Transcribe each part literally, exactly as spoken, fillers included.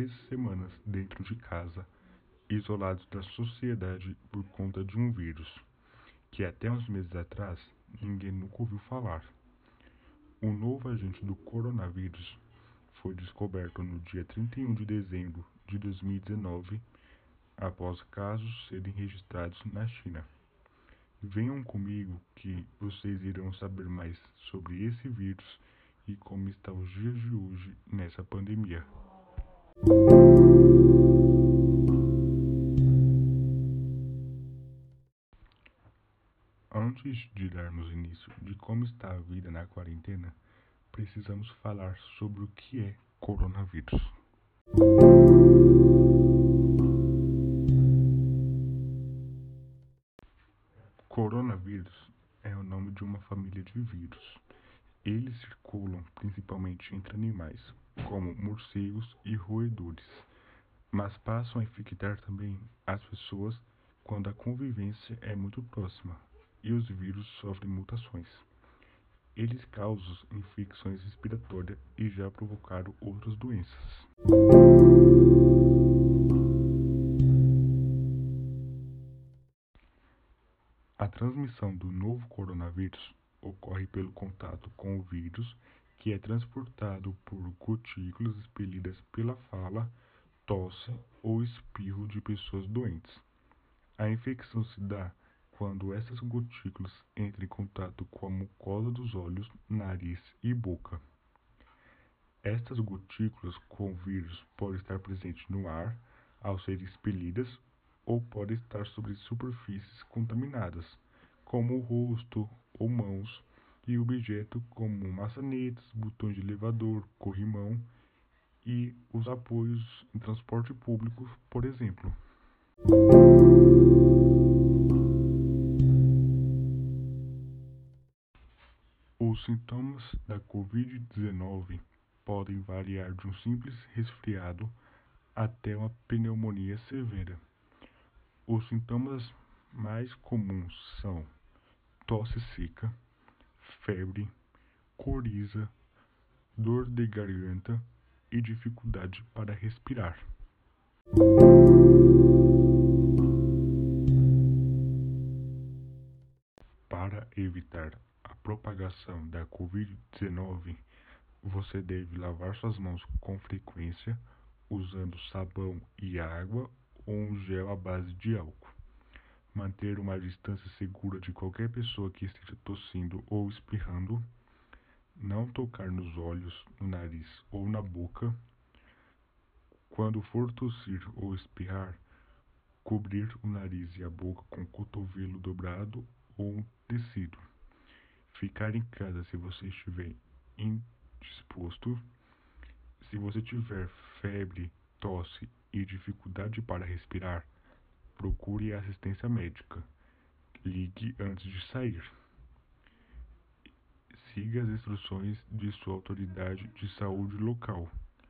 três semanas dentro de casa, isolados da sociedade por conta de um vírus, que até uns meses atrás ninguém nunca ouviu falar. O novo agente do coronavírus foi descoberto no dia trinta e um de dezembro de dois mil e dezenove, após casos serem registrados na China. Venham comigo que vocês irão saber mais sobre esse vírus e como está os dias de hoje nessa pandemia. Antes de darmos início de como está a vida na quarentena, precisamos falar sobre o que é coronavírus. Coronavírus é o nome de uma família de vírus. Eles circulam principalmente entre animais, como morcegos e roedores, mas passam a infectar também as pessoas quando a convivência é muito próxima e os vírus sofrem mutações. Eles causam infecções respiratórias e já provocaram outras doenças. A transmissão do novo coronavírus ocorre pelo contato com o vírus, que é transportado por gotículas expelidas pela fala, tosse ou espirro de pessoas doentes. A infecção se dá quando essas gotículas entram em contato com a mucosa dos olhos, nariz e boca. Estas gotículas com vírus podem estar presentes no ar ao serem expelidas ou podem estar sobre superfícies contaminadas, como o rosto ou mãos, e objetos como maçanetas, botões de elevador, corrimão e os apoios em transporte público, por exemplo. Os sintomas da covid dezenove podem variar de um simples resfriado até uma pneumonia severa. Os sintomas mais comuns são tosse seca, febre, coriza, dor de garganta e dificuldade para respirar. Para evitar a propagação da covid dezenove, você deve lavar suas mãos com frequência, usando sabão e água ou um gel à base de álcool. Manter uma distância segura de qualquer pessoa que esteja tossindo ou espirrando. Não tocar nos olhos, no nariz ou na boca. Quando for tossir ou espirrar, cobrir o nariz e a boca com o cotovelo dobrado ou um tecido. Ficar em casa se você estiver indisposto. Se você tiver febre, tosse e dificuldade para respirar, procure assistência médica. Ligue antes de sair. Siga as instruções de sua autoridade de saúde local.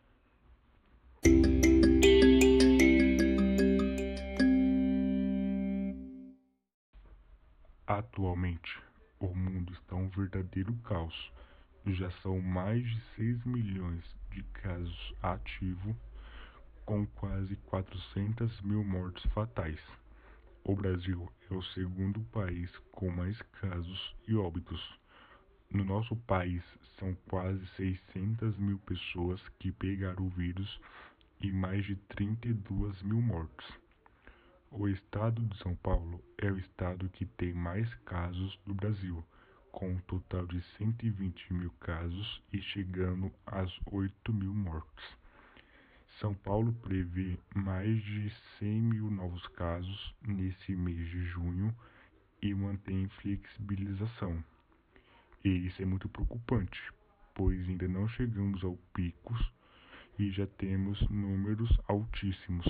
Atualmente, o mundo está um verdadeiro caos. Já são mais de seis milhões de casos ativos, com quase quatrocentas mil mortes fatais. O Brasil é o segundo país com mais casos e óbitos. No nosso país, são quase seiscentas mil pessoas que pegaram o vírus e mais de trinta e duas mil mortes. O estado de São Paulo é o estado que tem mais casos do Brasil, com um total de cento e vinte mil casos e chegando às oito mil mortes. São Paulo prevê mais de cem mil novos casos nesse mês de junho e mantém flexibilização. E isso é muito preocupante, pois ainda não chegamos ao pico e já temos números altíssimos.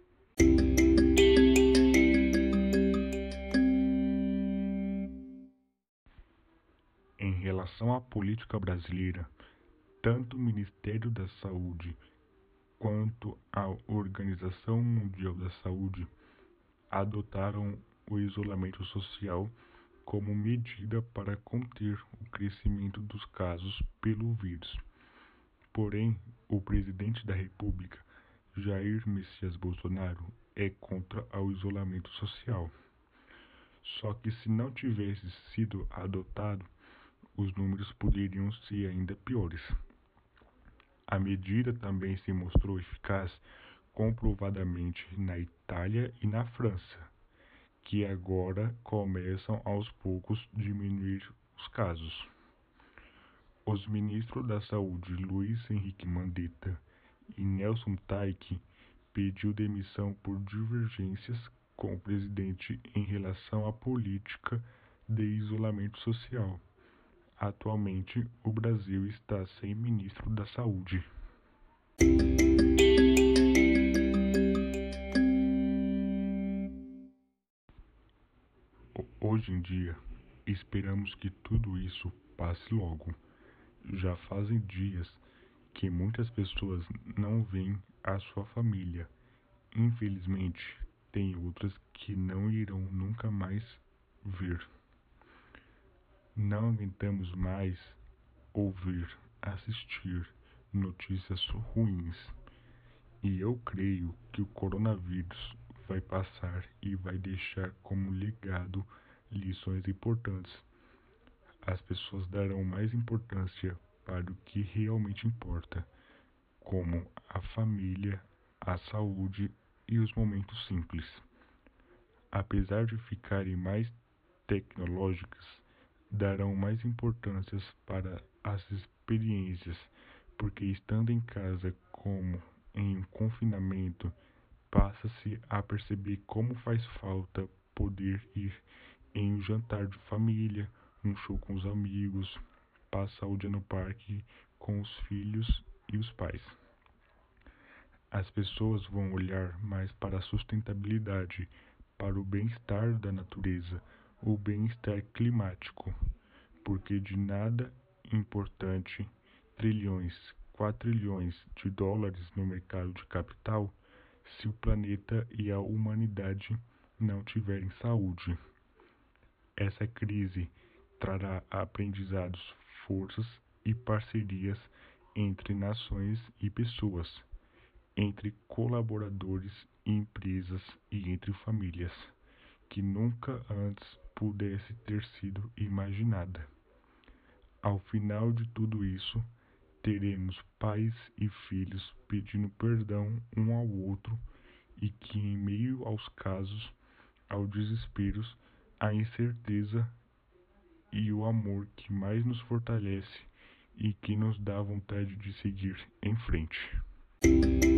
Em relação à política brasileira, tanto o Ministério da Saúde quanto a Organização Mundial da Saúde adotaram o isolamento social como medida para conter o crescimento dos casos pelo vírus. Porém, o presidente da República Jair Messias Bolsonaro é contra o isolamento social. Só que se não tivesse sido adotado, os números poderiam ser ainda piores. A medida também se mostrou eficaz comprovadamente na Itália e na França, que agora começam aos poucos diminuir os casos. Os ministros da Saúde Luiz Henrique Mandetta e Nelson Taik pediu demissão por divergências com o presidente em relação à política de isolamento social. Atualmente, o Brasil está sem ministro da Saúde. Hoje em dia, esperamos que tudo isso passe logo. Já fazem dias que muitas pessoas não veem a sua família. Infelizmente, tem outras que não irão nunca mais ver. Não aguentamos mais ouvir, assistir notícias ruins. E eu creio que o coronavírus vai passar e vai deixar como legado lições importantes. As pessoas darão mais importância para o que realmente importa, como a família, a saúde e os momentos simples. Apesar de ficarem mais tecnológicas, darão mais importância para as experiências, porque estando em casa como em um confinamento, passa-se a perceber como faz falta poder ir em um jantar de família, um show com os amigos, passar o dia no parque com os filhos e os pais. As pessoas vão olhar mais para a sustentabilidade, para o bem-estar da natureza, o bem-estar climático, porque de nada importante trilhões, quatrilhões de dólares no mercado de capital se o planeta e a humanidade não tiverem saúde. Essa crise trará aprendizados, forças e parcerias entre nações e pessoas, entre colaboradores e empresas e entre famílias, que nunca antes pudesse ter sido imaginada. Ao final de tudo isso, teremos pais e filhos pedindo perdão um ao outro e que, em meio aos casos, ao desespero, a incerteza e o amor que mais nos fortalece e que nos dá vontade de seguir em frente.